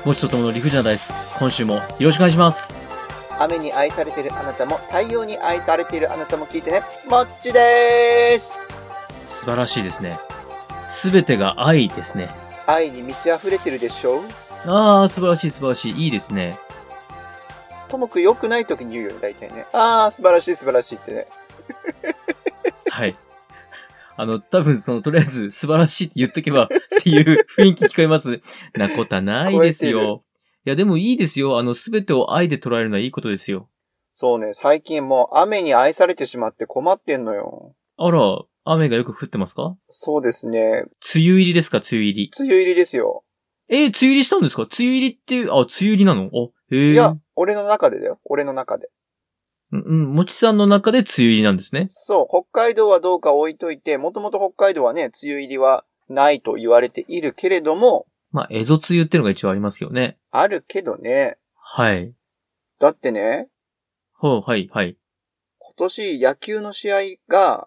もちとともの理不尽なダイス。今週もよろしくお願いします。 雨に愛されてるあなたも太陽に愛されているあなたも聞いてね。もっちでーす。 素晴らしいですね。すべてが愛ですね。 愛に満ち溢れてるでしょ。 ああ、素晴らしい素晴らしい。いいですね。 ともくん良くない時に言うよね、大体ね。ああ、素晴らしい素晴らしいってね。 はい。多分とりあえず素晴らしいって言っとけばっていう雰囲気聞こえます。なことはないですよ。いや、でもいいですよ。すべてを愛で捉えるのはいいことですよ。 そうね、最近もう雨に愛されてしまって困ってんのよ。 あら、雨がよく降ってますか？ そうですね。 梅雨入りですか？梅雨入り。 梅雨入りですよ。 梅雨入りしたんですか？梅雨入りって、梅雨入りなの？へえ。 いや、俺の中でだよ。俺の中で。 もちさんの中で梅雨入りなんですね。 そう、北海道はどうか置いといて、もともと北海道はね、梅雨入りはないと言われているけれども、 まあ、蝦夷梅雨ってのが一応ありますよね。 あるけどね。 はい。 だってね、 はい。 今年野球の試合が、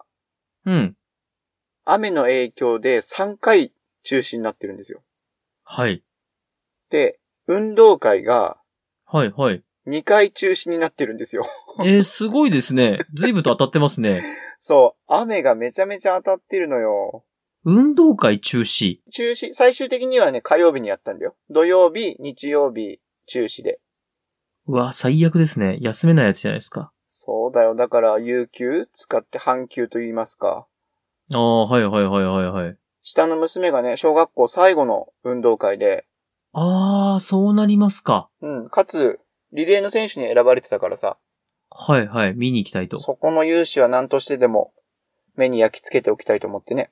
雨の影響で3回中止になってるんですよ。 はい。 で、運動会が、 はい。 2回中止になってるんですよ。 すごいですね。随分と当たってますね。 そう、雨がめちゃめちゃ当たってるのよ。 運動会中止。 最終的にはね、火曜日にやったんだよ。土曜日、日曜日、中止で。 うわ、最悪ですね。休めないやつじゃないですか。 そうだよ。だから、有給使って半休と言いますか。 ああ、はい。 下の娘がね、小学校最後の運動会で。 ああ、そうなりますか。 かつ、リレーの選手に選ばれてたからさ。 はい、見に行きたいと。 そこの勇姿は何としてでも、目に焼き付けておきたいと思ってね。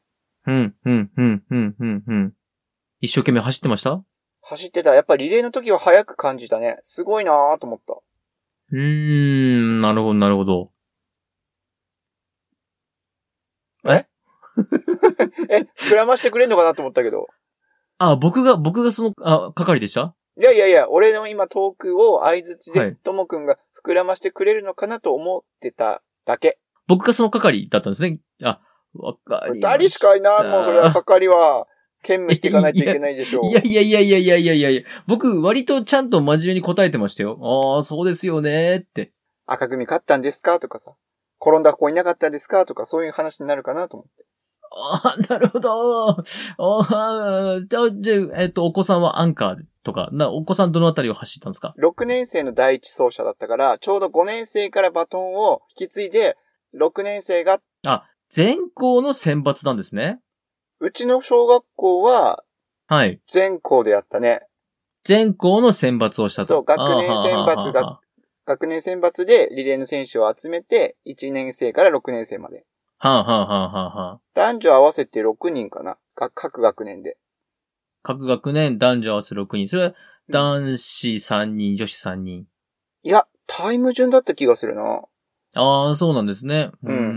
一生懸命走ってました？ 走ってた。やっぱりリレーの時は早く感じたね。すごいなぁと思った。 なるほど。 膨らましてくれんのかなと思ったけど。 僕が係でした？ いや、俺の今トークを相槌で、ともくんが膨らましてくれるのかなと思ってただけ。 僕がその係だったんですね。わかりました。 二人しかいないもん、それは係は、兼務していかないといけないでしょう。 いや。僕、割とちゃんと真面目に答えてましたよ。ああ、そうですよねって。 赤組勝ったんですかとかさ。転んだ子いなかったですかとか、そういう話になるかなと思って。 なるほど。じゃあ、お子さんはアンカーとか、お子さんどのあたりを走ったんですか？ 6 年生の第一走者だったから、ちょうど5年生からバトンを引き継いで、6年生が、 全校の選抜なんですね。 うちの小学校は、 はい。 全校でやったね。 全校の選抜をしたと。 そう、学年選抜でリレーの選手を集めて、1年生から6年生まで。男女合わせて6人かな。各学年で。 各学年男女合わせ6人。それは男子3人、女子3人。 いや、タイム順だった気がするな。 ああ、そうなんですね。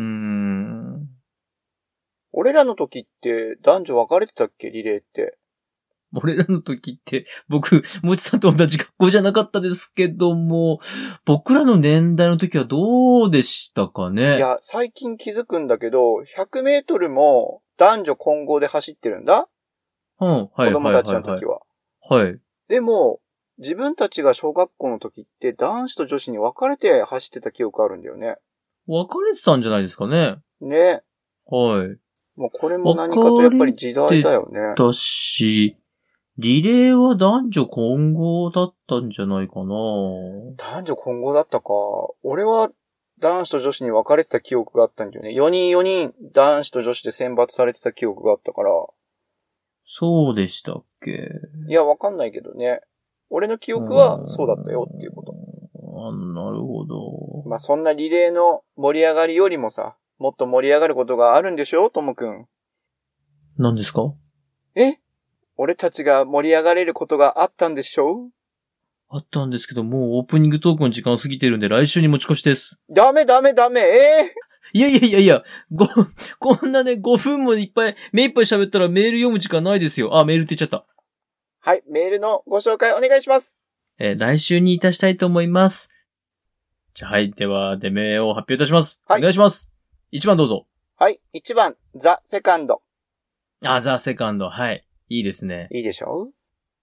俺らの時って男女分かれてたっけリレーって。 俺らの時って、僕、もちさんと同じ学校じゃなかったですけども、僕らの年代の時はどうでしたかね？ いや、最近気づくんだけど、100メートルも男女混合で走ってるんだ。子供たちの時は。 はい。 でも、自分たちが小学校の時って男子と女子に分かれて走ってた記憶あるんだよね。 分かれてたんじゃないですかね。 ね。 はい。 もうこれも何かとやっぱり時代だよね。 だし、リレーは男女混合だったんじゃないかな。 男女混合だったか。俺は男子と女子に分かれてた記憶があったんだよね。4人男子と女子で選抜されてた記憶があったから。 そうでしたっけ？ いや、わかんないけどね。俺の記憶はそうだったよっていうこと。 なるほど。 まあ、そんなリレーの盛り上がりよりもさ、もっと盛り上がることがあるんでしょともくん。 何ですか？ 俺たちが盛り上がれることがあったんでしょ？ あったんですけど、もうオープニングトークの時間過ぎてるんで来週に持ち越しです。 ダメ。 いや。こんなね、5分も目いっぱい喋ったらメール読む時間ないですよ。メールって言っちゃった。 はい、メールのご紹介お願いします。 来週にいたしたいと思います。じゃあ、はい。では、デメを発表いたします。はい。お願いします。1番どうぞ。 はい。1番、ザ・セカンド。 ザ・セカンド。はい。いいですね。 いいでしょ？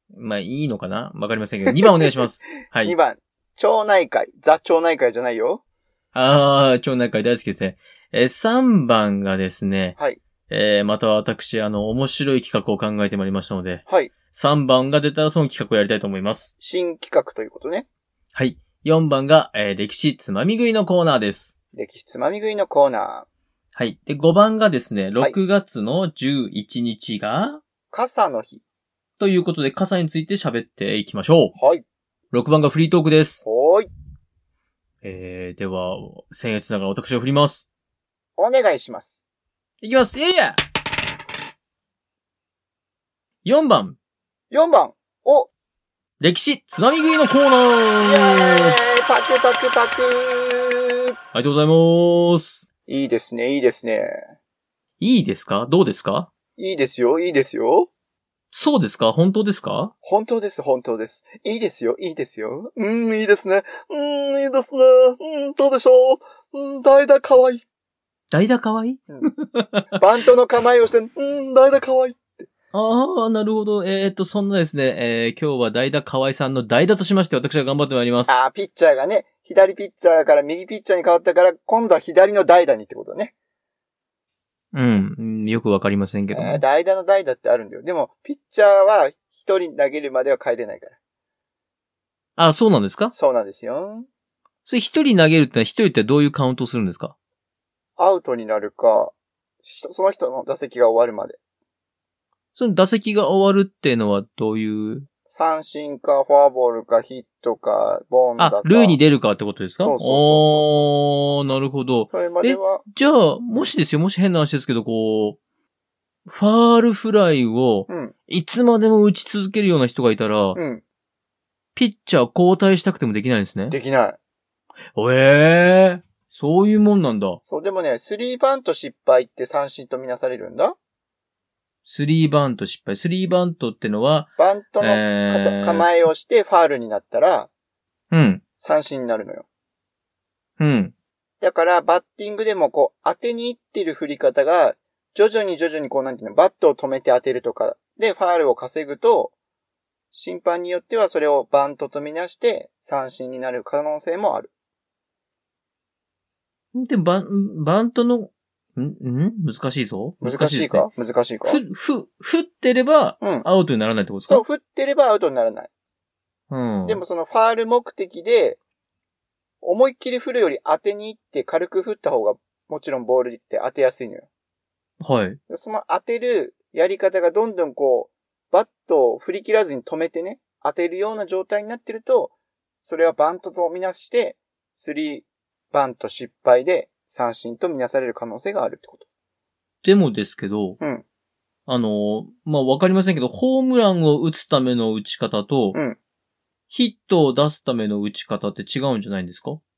まあいいのかなわかりませんけど、2番お願いします。はい。 2番、町内会。ザ町内会じゃないよ。 町内会大好きですね。3番がですね、 はい。 また私、面白い企画を考えてまいりましたので、 はい。 3番が出たらその企画をやりたいと思います。 新企画ということね。 はい。4番が、歴史つまみ食いのコーナーです。 歴史つまみ食いのコーナー。 はい。で、5番がですね、 はい 6月の11日が、 傘の日。 ということで、傘について喋っていきましょう。 はい。 6番がフリートークです。 はーい。 では、僭越ながら私を振ります。 お願いします。 いきます。4番。 4番。お。 歴史つまみ食いのコーナイエー。 ーイパクパクパクありがとうございます。 いいですね、いいですね。 いいですか？どうですか？ いいですよ、いいですよ。 そうですか？本当ですか？ 本当です、本当です。いいですよ、いいですよ。いいですね。いいですね。どうでしょう。代打かわいい。 代打かわいい？ バントの構えをして、代打かわいい。 なるほど。そんなですね、今日は代打河合さんの代打としまして私は頑張ってまいります。 ピッチャーがね、左ピッチャーから右ピッチャーに変わったから、今度は左の代打にってことね。 よくわかりませんけども。 代打の代打ってあるんだよ。でも、ピッチャーは一人投げるまでは帰れないから。 そうなんですか？ そうなんですよ。 それ一人投げるってのは一人ってどういうカウントをするんですか？ アウトになるか、その人の打席が終わるまで。 その打席が終わるっていうのはどういう三振か、フォアボールか、ヒットか、ボーンだか。 塁に出るかってことですか？ そう。 なるほど。 それまでは。 じゃあ、もし変な話ですけど、ファールフライを、いつまでも打ち続けるような人がいたら、ピッチャー交代したくてもできないんですね。 できない。 そういうもんなんだ。 そう、でもね、スリーバント失敗って三振とみなされるんだ。 スリーバント失敗。スリーバントってのは、 バントの構えをしてファールになったら、三振になるのよ。だから、バッティングでも当てに行ってる振り方が、徐々になんていうの、バットを止めて当てるとか、で、ファールを稼ぐと、審判によってはそれをバントとみなして、三振になる可能性もある。 で、バントの、難しいぞ。 難しいか？難しいか？ 振ってれば、アウトにならないってことですか？ そう、振ってればアウトにならない。でもそのファール目的で、思いっきり振るより当てに行って軽く振った方が、もちろんボールって当てやすいのよ。 はい。 その当てるやり方がどんどんバットを振り切らずに止めてね、当てるような状態になってると、それはバントとみなして、スリーバント失敗で三振とみなされる可能性があるってこと。 でもですけど、わかりませんけど、ホームランを打つための打ち方と、ヒットを出すための打ち方って違うんじゃないんですか？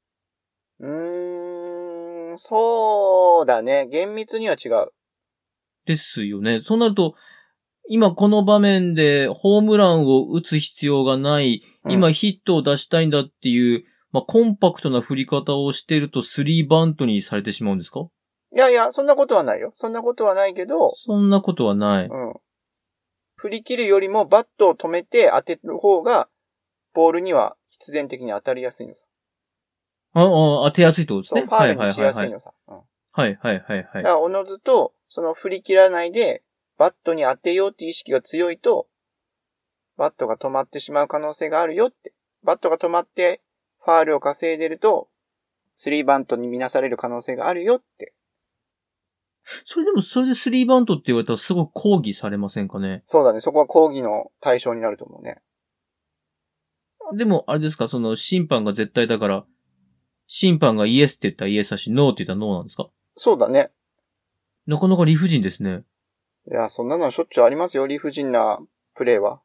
そうだね。厳密には違う。 ですよね。そうなると、今この場面でホームランを打つ必要がない、今ヒットを出したいんだっていう、コンパクトな振り方をしてるとスリーバントにされてしまうんですか？ いや、そんなことはないよ。そんなことはないけど。 そんなことはない。 振り切るよりもバットを止めて当てる方が、ボールには必然的に当たりやすいのさ。 当てやすいってことですね。 そう、ファールにしやすいのさ。 はい。だからおのずと、その振り切らないで、バットに当てようっていう意識が強いと、バットが止まってしまう可能性があるよって。バットが止まって、ファールを稼いでると、スリーバントに見なされる可能性があるよって。 それでスリーバントって言われたらすごく抗議されませんかね？ そうだね。そこは抗議の対象になると思うね。 でも、あれですか、審判が絶対だから、審判がイエスって言ったらイエスだし、ノーって言ったらノーなんですか？ そうだね。 なかなか理不尽ですね。 いや、そんなのしょっちゅうありますよ、理不尽なプレーは。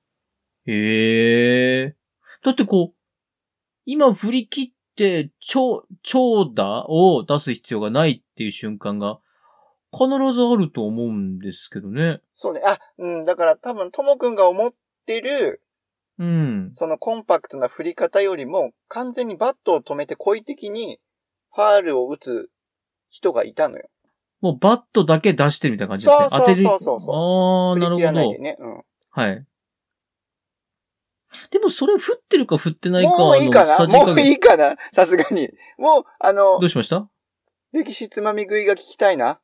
だって今振り切って、長打を出す必要がないっていう瞬間が、必ずあると思うんですけどね。 そうね。だから多分、ともくんが思ってる、そのコンパクトな振り方よりも、完全にバットを止めて故意的に、ファールを打つ人がいたのよ。 もうバットだけ出してるみたいな感じですね。 そう。 なるほど。 振り切らないでね。 はい。 でもそれ降ってるか降ってないかもういいかなもういいかなさすがに。もう、 どうしました？ 歴史つまみ食いが聞きたいな。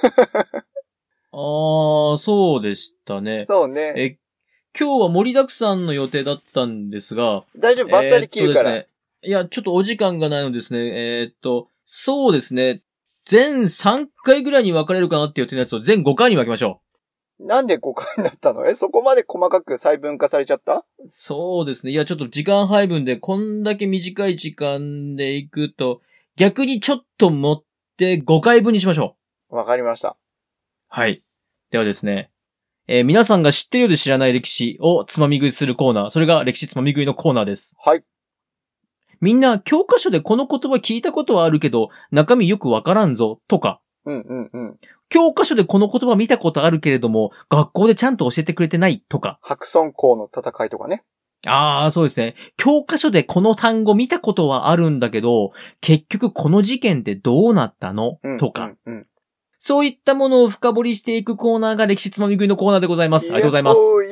そうでしたね。 そうね。 今日は盛りだくさんの予定だったんですが。 大丈夫、バッサリ切るから。 ですね。いや、ちょっとお時間がないのですね。そうですね。全3回ぐらいに分かれるかなっていう予定のやつを全5回に分けましょう。なんで5回になったの？そこまで細かく細分化されちゃった？ そうですね。いや、ちょっと時間配分でこんだけ短い時間でいくと、逆にちょっと持って5回分にしましょう。わかりました。 はい。ではですね。皆さんが知ってるようで知らない歴史をつまみ食いするコーナー。それが歴史つまみ食いのコーナーです。 はい。 みんな教科書でこの言葉聞いたことはあるけど、中身よくわからんぞ、とか。教科書でこの言葉見たことあるけれども、学校でちゃんと教えてくれてないとか。 白村江の戦いとかね。 そうですね。教科書でこの単語見たことはあるんだけど、結局この事件でどうなったの、とか。そういったものを深掘りしていくコーナーが歴史つまみ食いのコーナーでございます。ありがとうございます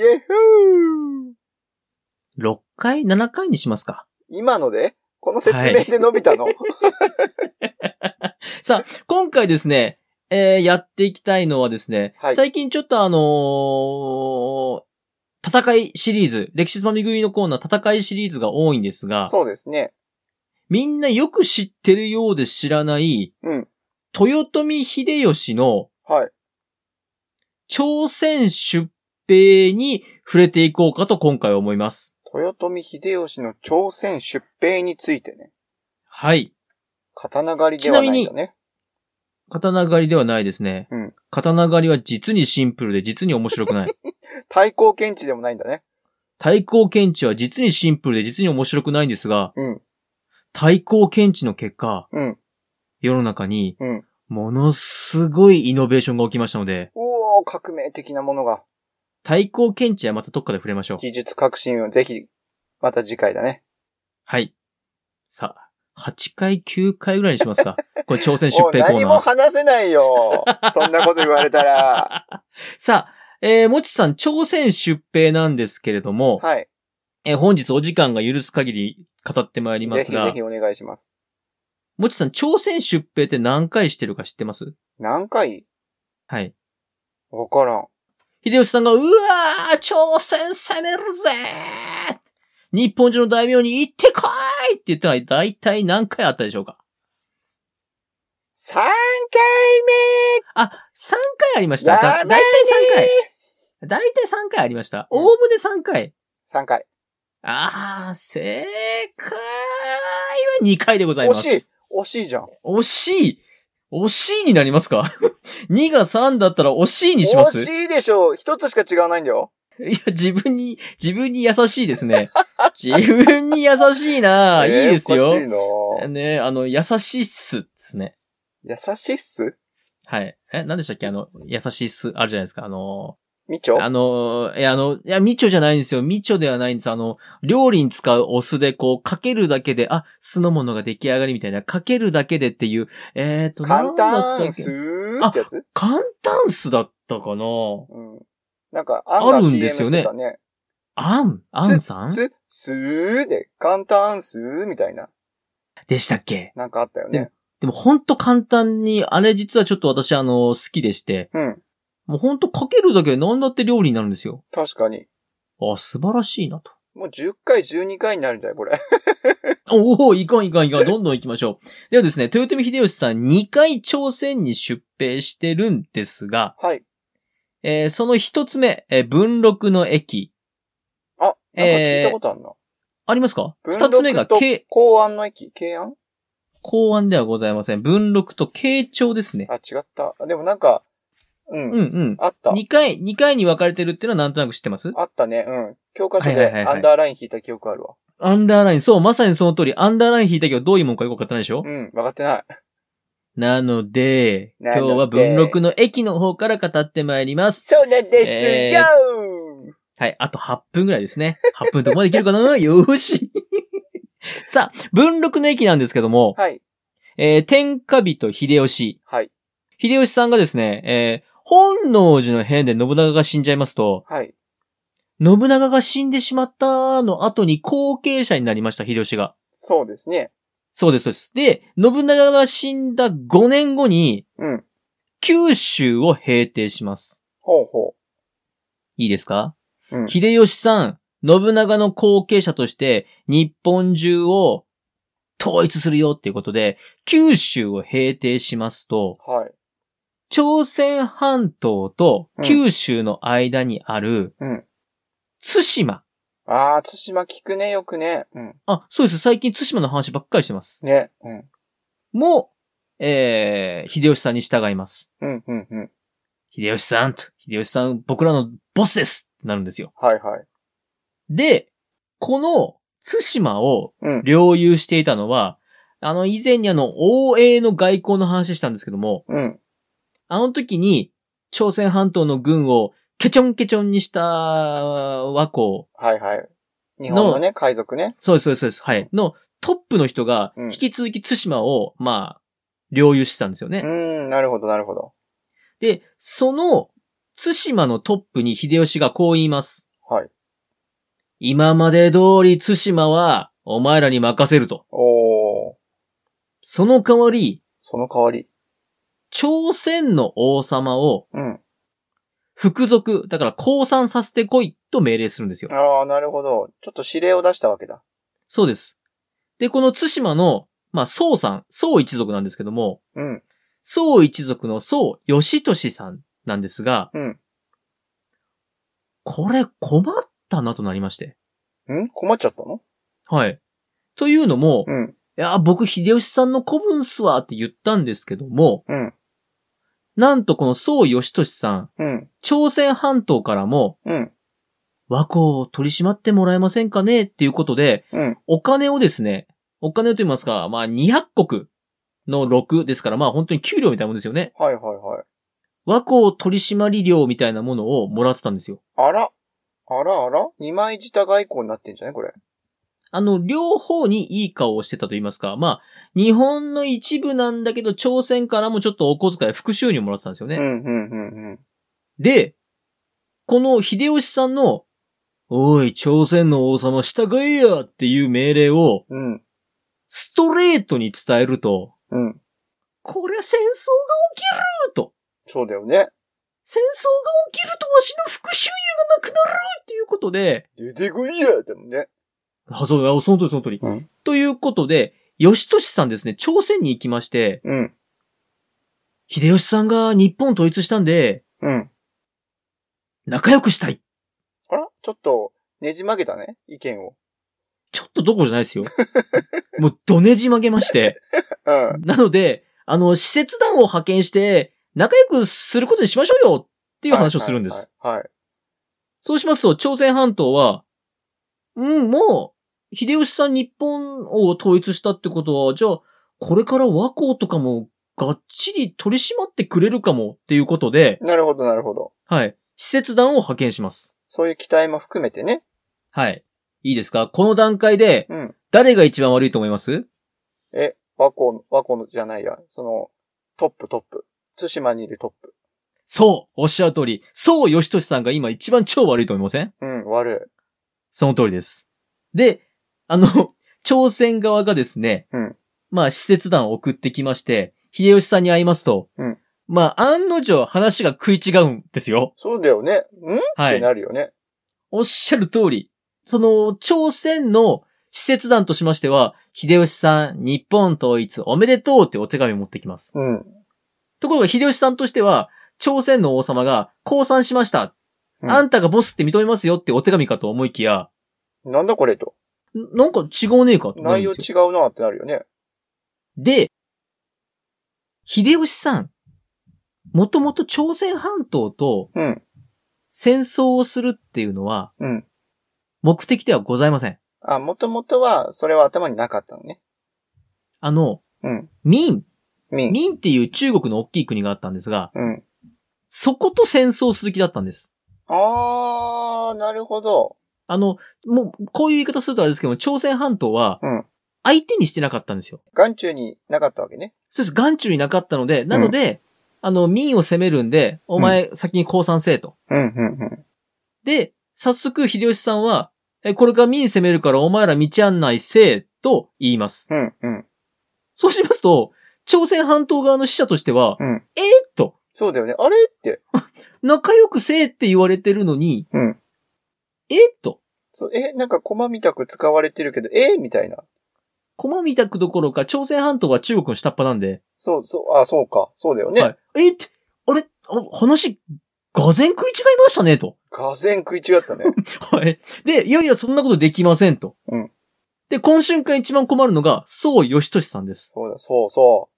。6回 ?7 回にしますか。 今のでこの説明で伸びたの、はい、 さあ、今回ですね、やっていきたいのはですね、はい、最近ちょっと戦いシリーズ、歴史つまみ食いのコーナー戦いシリーズが多いんですが、 そうですね。 みんなよく知ってるようで知らない、豊臣秀吉の、はい。朝鮮出兵に触れていこうかと今回は思います。 豊臣秀吉の朝鮮出兵についてね。 はい。 刀狩りではないんだね。 刀狩りではないですね。刀狩りは実にシンプルで実に面白くない。 対抗検知でもないんだね。 対抗検知は実にシンプルで実に面白くないんですが、対抗検知の結果、世の中に、ものすごいイノベーションが起きましたので、 革命的なものが。 対抗検知はまたどっかで触れましょう。 技術革新をぜひ、また次回だね。 はい。さあ、8回、9回ぐらいにしますか。これ朝鮮出兵コーナー。 何も話せないよ。そんなこと言われたら。 さあ、もちさん、朝鮮出兵なんですけれども、はい。本日お時間が許す限り語ってまいりますが、 ぜひぜひお願いします。 もちさん、朝鮮出兵って何回してるか知ってます？ 何回？ はい。 わからん。 秀吉さんが、うわー、朝鮮攻めるぜー、日本中の大名に行ってこいって言ったら、だいたい何回あったでしょうか ？3回目。3回ありました。だいたい3回。だいたい3回ありました。おおむね3回。 3回。 正解は2回でございます。 惜しいじゃん。 惜しいになりますか2が3だったら惜しいにします？ 惜しいでしょ。一つしか違わないんだよ。 いや、自分に優しいですね。自分に優しいな、いいですよ。ね、優しいっすですね。 優しいっす？ はい。何でしたっけ優しいっす、あるじゃないですか。 みちょ？ みちょじゃないんですよ。みちょではないんです。料理に使うお酢でこう、かけるだけで、酢の物が出来上がりみたいな、かけるだけでっていう、 簡単酢ってやつ？ 簡単酢だったかな？ なんか、あるんですよね。 あんさん？ すーで、簡単酢みたいな。 でしたっけ？ なんかあったよね。 でもほんと簡単に、あれ実はちょっと私好きでして。もうほんとかけるだけで何だって料理になるんですよ。 確かに。 素晴らしいなと。 もう10回、12回になるんだよ、これ。 いかん。どんどん行きましょう。ではですね、豊臣秀吉さん2回朝鮮に出兵してるんですが、はい。その一つ目、文禄の駅。 なんか聞いたことあるな。 ありますか？二つ目が公安の駅？京安？ 公安ではございません。文禄と慶長ですね。 違った。でもなんか、あった。 2回に分かれてるっていうのはなんとなく知ってます？ あったね。教科書でアンダーライン引いた記憶あるわ。 アンダーライン、そう、まさにその通り、アンダーライン引いたけどどういうもんかよく分かってないでしょ？ 分かってない。 なので、今日は文禄の駅の方から語ってまいります。 そうなんですよ、 はい、あと8分ぐらいですね。8分どこまでいけるかなよーし。さあ、文禄の駅なんですけども、はい。天下人秀吉。はい。秀吉さんがですね、本能寺の変で信長が死んじゃいますと、はい。 信長が死んでしまったの後に後継者になりました、秀吉が。 そうですね。 そうです、そうです。で、信長が死んだ5年後に、九州を平定します。 ほうほう。 いいですか？秀吉さん、信長の後継者として日本中を統一するよっていうことで、九州を平定しますと、 はい。 朝鮮半島と九州の間にある、対馬。 ああ、対馬聞くね、よくね。 あ、そうです。最近対馬の話ばっかりしてます。 ね。 も、秀吉さんに従います。秀吉さん、僕らのボスですってなるんですよ。 はいはい。 で、この対馬を領有していたのは、以前に欧米の外交の話したんですけども、あの時に朝鮮半島の軍をケチョンケチョンにした倭寇。 はいはい。日本のね、海賊ね。 そうです。はい。のトップの人が、引き続き対馬を、領有してたんですよね。 なるほど、なるほど。 で、その、対馬のトップに秀吉がこう言います。 はい。 今まで通り対馬は、お前らに任せると。その代わり、朝鮮の王様を、服属、だから降参させてこいと命令するんですよ。 ああ、なるほど。ちょっと指令を出したわけだ。 そうです。で、この対馬の、宋さん、宋一族なんですけども、宋一族の宋義俊さんなんですが、これ困ったなとなりまして。 困っちゃったの？ はい。というのも、いや、僕秀吉さんの子分っすわって言ったんですけども、なんとこの宋義俊さん、朝鮮半島からも、倭寇を取り締まってもらえませんかねっていうことで、お金をですね、お金と言いますか、200石の6ですから、本当に給料みたいなもんですよね。 はいはいはい。 倭寇取締料みたいなものをもらってたんですよ。 あら二枚舌外交になってんじゃないこれ。 両方にいい顔をしてたと言いますか、日本の一部なんだけど、朝鮮からもちょっとお小遣い、副収入もらってたんですよね。で、この秀吉さんの、おい、朝鮮の王様従えやっていう命令を、ストレートに伝えると、これ戦争が起きると。 そうだよね。 戦争が起きるとわしの副収入がなくなるっていうことで、 出てこいやでもね。 その通り。ということで、義俊さんですね、朝鮮に行きまして、秀吉さんが日本統一したんで、仲良くしたい。 あらちょっと、ねじ曲げたね意見を。 ちょっとどころじゃないですよ。もう、どねじ曲げまして。なので、使節団を派遣して、仲良くすることにしましょうよっていう話をするんです。 はい。 そうしますと、朝鮮半島は、もう、秀吉さん日本を統一したってことは、じゃあ、これから倭寇とかもがっちり取り締まってくれるかもっていうことで。 なるほど、なるほど。 はい。使節団を派遣します。 そういう期待も含めてね。 はい。いいですか？この段階で、誰が一番悪いと思います？ 倭寇じゃないや。トップ。対馬にいるトップ。 そう、おっしゃる通り。宋義俊さんが今一番超悪いと思いません？ 悪い。 その通りです。で、朝鮮側がですね、使節団を送ってきまして、秀吉さんに会いますと、案の定話が食い違うんですよ。 そうだよね。ってなるよね。 おっしゃる通り。朝鮮の使節団としましては、秀吉さん、日本統一おめでとうってお手紙を持ってきます。ところが秀吉さんとしては、朝鮮の王様が降参しました。あんたがボスって認めますよってお手紙かと思いきや、 なんだこれと。 なんか違うねえかってなるんですよ。 内容違うなってなるよね。 で、秀吉さん、もともと朝鮮半島と戦争をするっていうのは、目的ではございません。 もともとはそれは頭になかったのね。 明っていう中国の大きい国があったんですが、そこと戦争する気だったんです。 なるほど。 もう、こういう言い方するとあれですけど、朝鮮半島は、相手にしてなかったんですよ。 眼中になかったわけね。 そうです。眼中になかったので、なので、明を攻めるんで、お前先に降参せえと。で、 早速、秀吉さんは、これから民攻めるからお前ら道案内せえ、と言います。 うんうん。 そうしますと、朝鮮半島側の使者としては、と。 そうだよね。あれって。 仲良くせえって言われてるのに、と。 そう、なんか駒みたく使われてるけど、みたいな。 駒みたくどころか、朝鮮半島は中国の下っ端なんで。 そう、そうか。そうだよね。 はい。って、あれ、話、がぜん食い違いましたね、と。 がぜん食い違ったね。 はい。で、いやいや、そんなことできません、と。 うん。 で、今瞬間一番困るのが、宋義俊さんです。 そうだ、そう。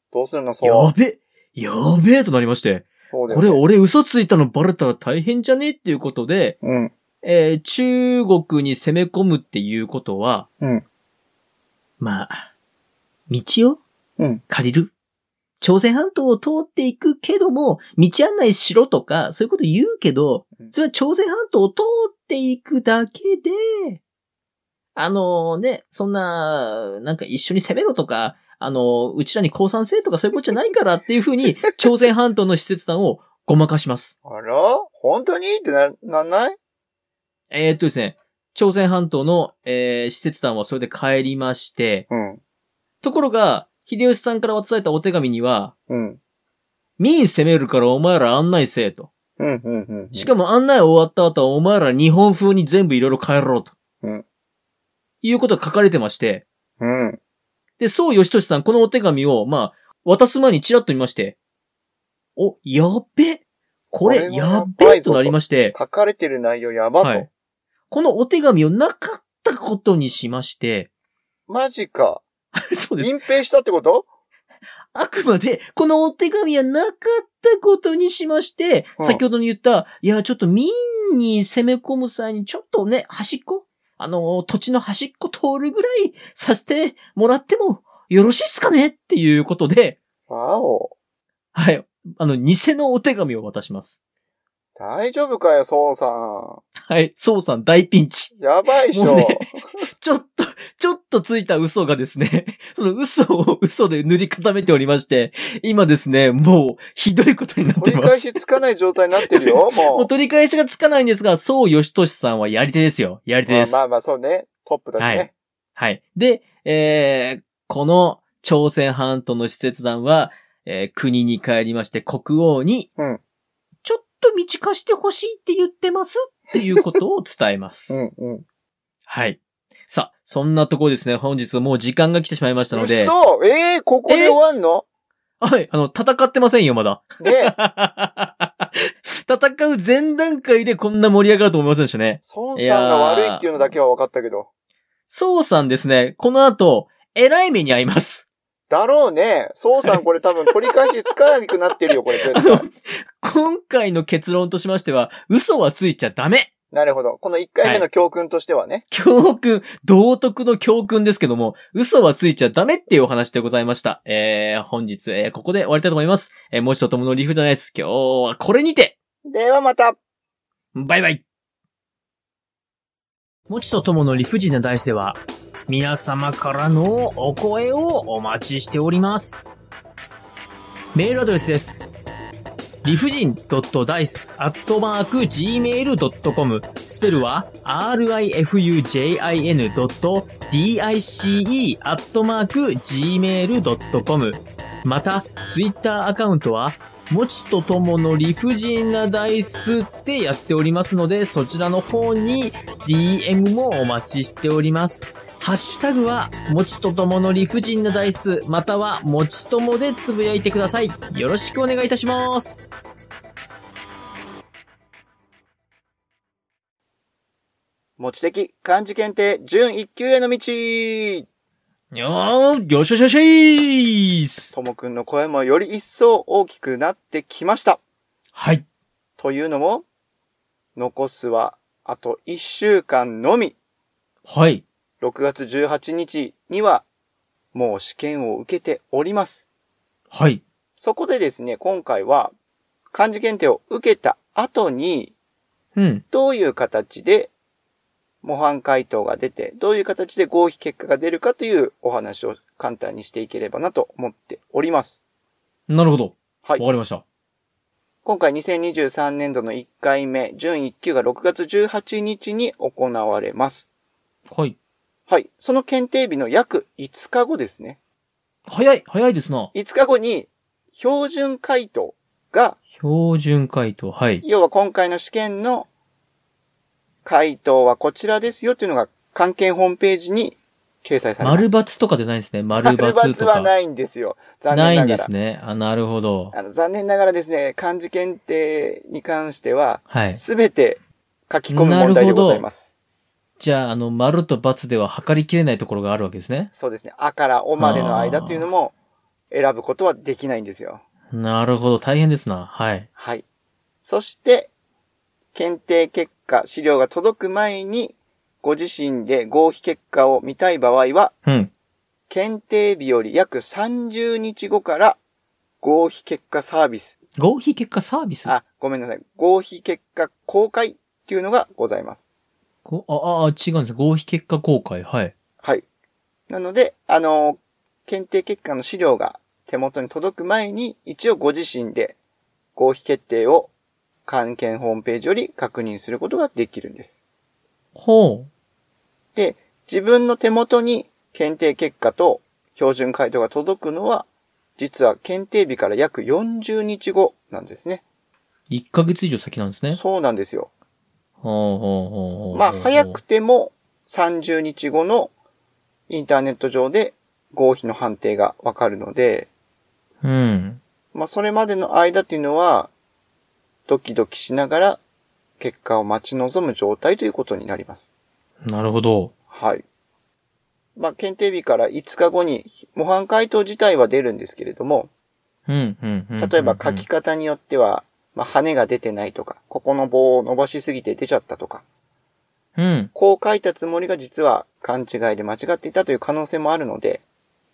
どうするの、そう。 やべえとなりまして。そうだよね、これ俺嘘ついたのバレたら大変じゃねっていうことで、中国に攻め込むっていうことは、まあ、道を借りる。朝鮮半島を通っていくけども、道案内しろとか、そういうこと言うけど、それは朝鮮半島を通っていくだけで、そんな、なんか一緒に攻めろとか、うちらに降参せとかそういうことじゃないからっていう風に、朝鮮半島の使節団をごまかします。 あら本当にってなんないですね、朝鮮半島の、使節団はそれで帰りまして、ところが、秀吉さんから渡されたお手紙には、民攻めるからお前ら案内せえと。しかも案内終わった後はお前ら日本風に全部いろいろ変えろと。いうことが書かれてまして。で、宋義俊さん、このお手紙を、渡す前にチラッと見まして、やっべこれ、やっべとなりまして。 書かれてる内容やばと。はい。 このお手紙をなかったことにしまして。 マジか。 そうです。 隠蔽したってこと？ あくまで、このお手紙はなかったことにしまして、先ほどに言った、いや、ちょっと民に攻め込む際にちょっとね、端っこ土地の端っこ通るぐらいさせてもらってもよろしいっすかねっていうことで。 わお。 はい。偽のお手紙を渡します。 大丈夫かよ、宋さん。 はい、宋さん大ピンチ。 やばいっしょ。ね、 ちょっとついた嘘がですね、その嘘を嘘で塗り固めておりまして、今ですね、もうひどいことになってます。 取り返しつかない状態になってるよ、もう。 もう取り返しがつかないんですが、宋義俊さんはやり手ですよ。やり手です。 まあ、そうね。トップだしね。 はい。はい。で、この朝鮮半島の使節団は、国に帰りまして国王に、ちょっと道貸してほしいって言ってますっていうことを伝えます。はい。さあ、そんなところですね、本日もう時間が来てしまいましたので。 そうここで終わんの？ はい、戦ってませんよ、まだ。 ね戦う前段階でこんな盛り上がると思いませんでしたね。 孫さんが悪いっていうのだけは分かったけど。 宋さんですね、この後、偉い目に遭います。 だろうね。宋さんこれ多分取り返しつかなくなってるよ、これ絶対。 今回の結論としましては、嘘はついちゃダメ。 なるほど。この1回目の教訓としてはね。 教訓、道徳の教訓ですけども、嘘はついちゃダメっていうお話でございました。本日、ここで終わりたいと思います。もちととものリフじゃないです。今日はこれにて。 ではまた。 バイバイ。もちとともの理不尽なダイスでは、皆様からのお声をお待ちしております。メールアドレスです。理不尽 .dice@gmail.com スペルは rifujin.dice@gmail.com また、ツイッターアカウントはもちとともの理不尽なダイスってやっておりますので、そちらの方に DM もお待ちしております。ハッシュタグは、もちとともの理不尽なダイス、または、もちともでつぶやいてください。よろしくお願いいたします。 もち的漢字検定準1級への道。 よしよしよしーす。 ともくんの声もより一層大きくなってきました。 はい。 というのも、残すはあと1週間のみ。 はい。 6月18日には、もう試験を受けております。 はい。 そこでですね、今回は、漢字検定を受けた後に、どういう形で模範解答が出て、どういう形で合否結果が出るかというお話を簡単にしていければなと思っております。 なるほど。 はい。 わかりました。 今回2023年度の1回目、準1級が6月18日に行われます。 はい。 はい。その検定日の約5日後ですね。 早いですな。 5日後に、標準回答が、 標準回答、はい。 要は今回の試験の回答はこちらですよっていうのが、関係ホームページに掲載されます。 丸×とかでないんですね。丸×とか。 丸×はないんですよ。残念ながら。 ないんですね。なるほど。 残念ながらですね、漢字検定に関しては、 はい。 すべて書き込む問題でございます。 じゃあ、丸と×では測りきれないところがあるわけですね。 そうですね。あからおまでの間というのも選ぶことはできないんですよ。 なるほど。大変ですな。はい。 はい。そして、検定結果、資料が届く前に、ご自身で合否結果を見たい場合は、 うん。 検定日より約30日後から、合否結果サービス。 合否結果サービス？ ごめんなさい。合否結果公開っていうのがございます。 違うんです。合否結果公開。はい。 はい。なので、検定結果の資料が手元に届く前に、一応ご自身で合否決定を関係ホームページより確認することができるんです。 ほう。 で、自分の手元に検定結果と標準回答が届くのは、実は検定日から約40日後なんですね。 1ヶ月以上先なんですね。 そうなんですよ。 ほう。 まあ、早くても30日後のインターネット上で合否の判定がわかるので、 うん。 まあ、それまでの間っていうのは、ドキドキしながら結果を待ち望む状態ということになります。 なるほど。 はい。まあ、検定日から5日後に模範解答自体は出るんですけれども、例えば書き方によっては、まあ、羽が出てないとか、ここの棒を伸ばしすぎて出ちゃったとか、 うん。 こう書いたつもりが実は勘違いで間違っていたという可能性もあるので、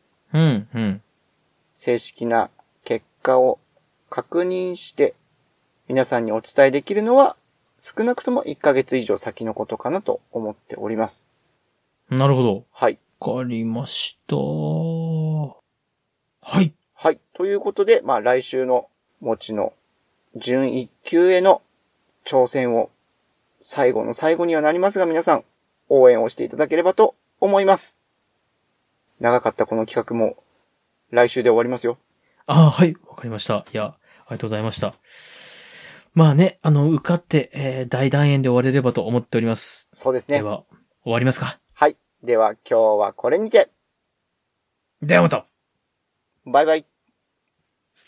正式な結果を確認して皆さんにお伝えできるのは少なくとも1ヶ月以上先のことかなと思っております。 なるほど。 はい。 わかりました。はい。 はい。ということで、まあ来週の持ちの準1級への挑戦を最後の最後にはなりますが皆さん応援をしていただければと思います。長かったこの企画も来週で終わりますよ。 はい。わかりました。いや、ありがとうございました。まあね、受かって、大団円で終われればと思っております。 そうですね。 では、終わりますか。 はい。では今日はこれにて。 ではまた。 バイバイ。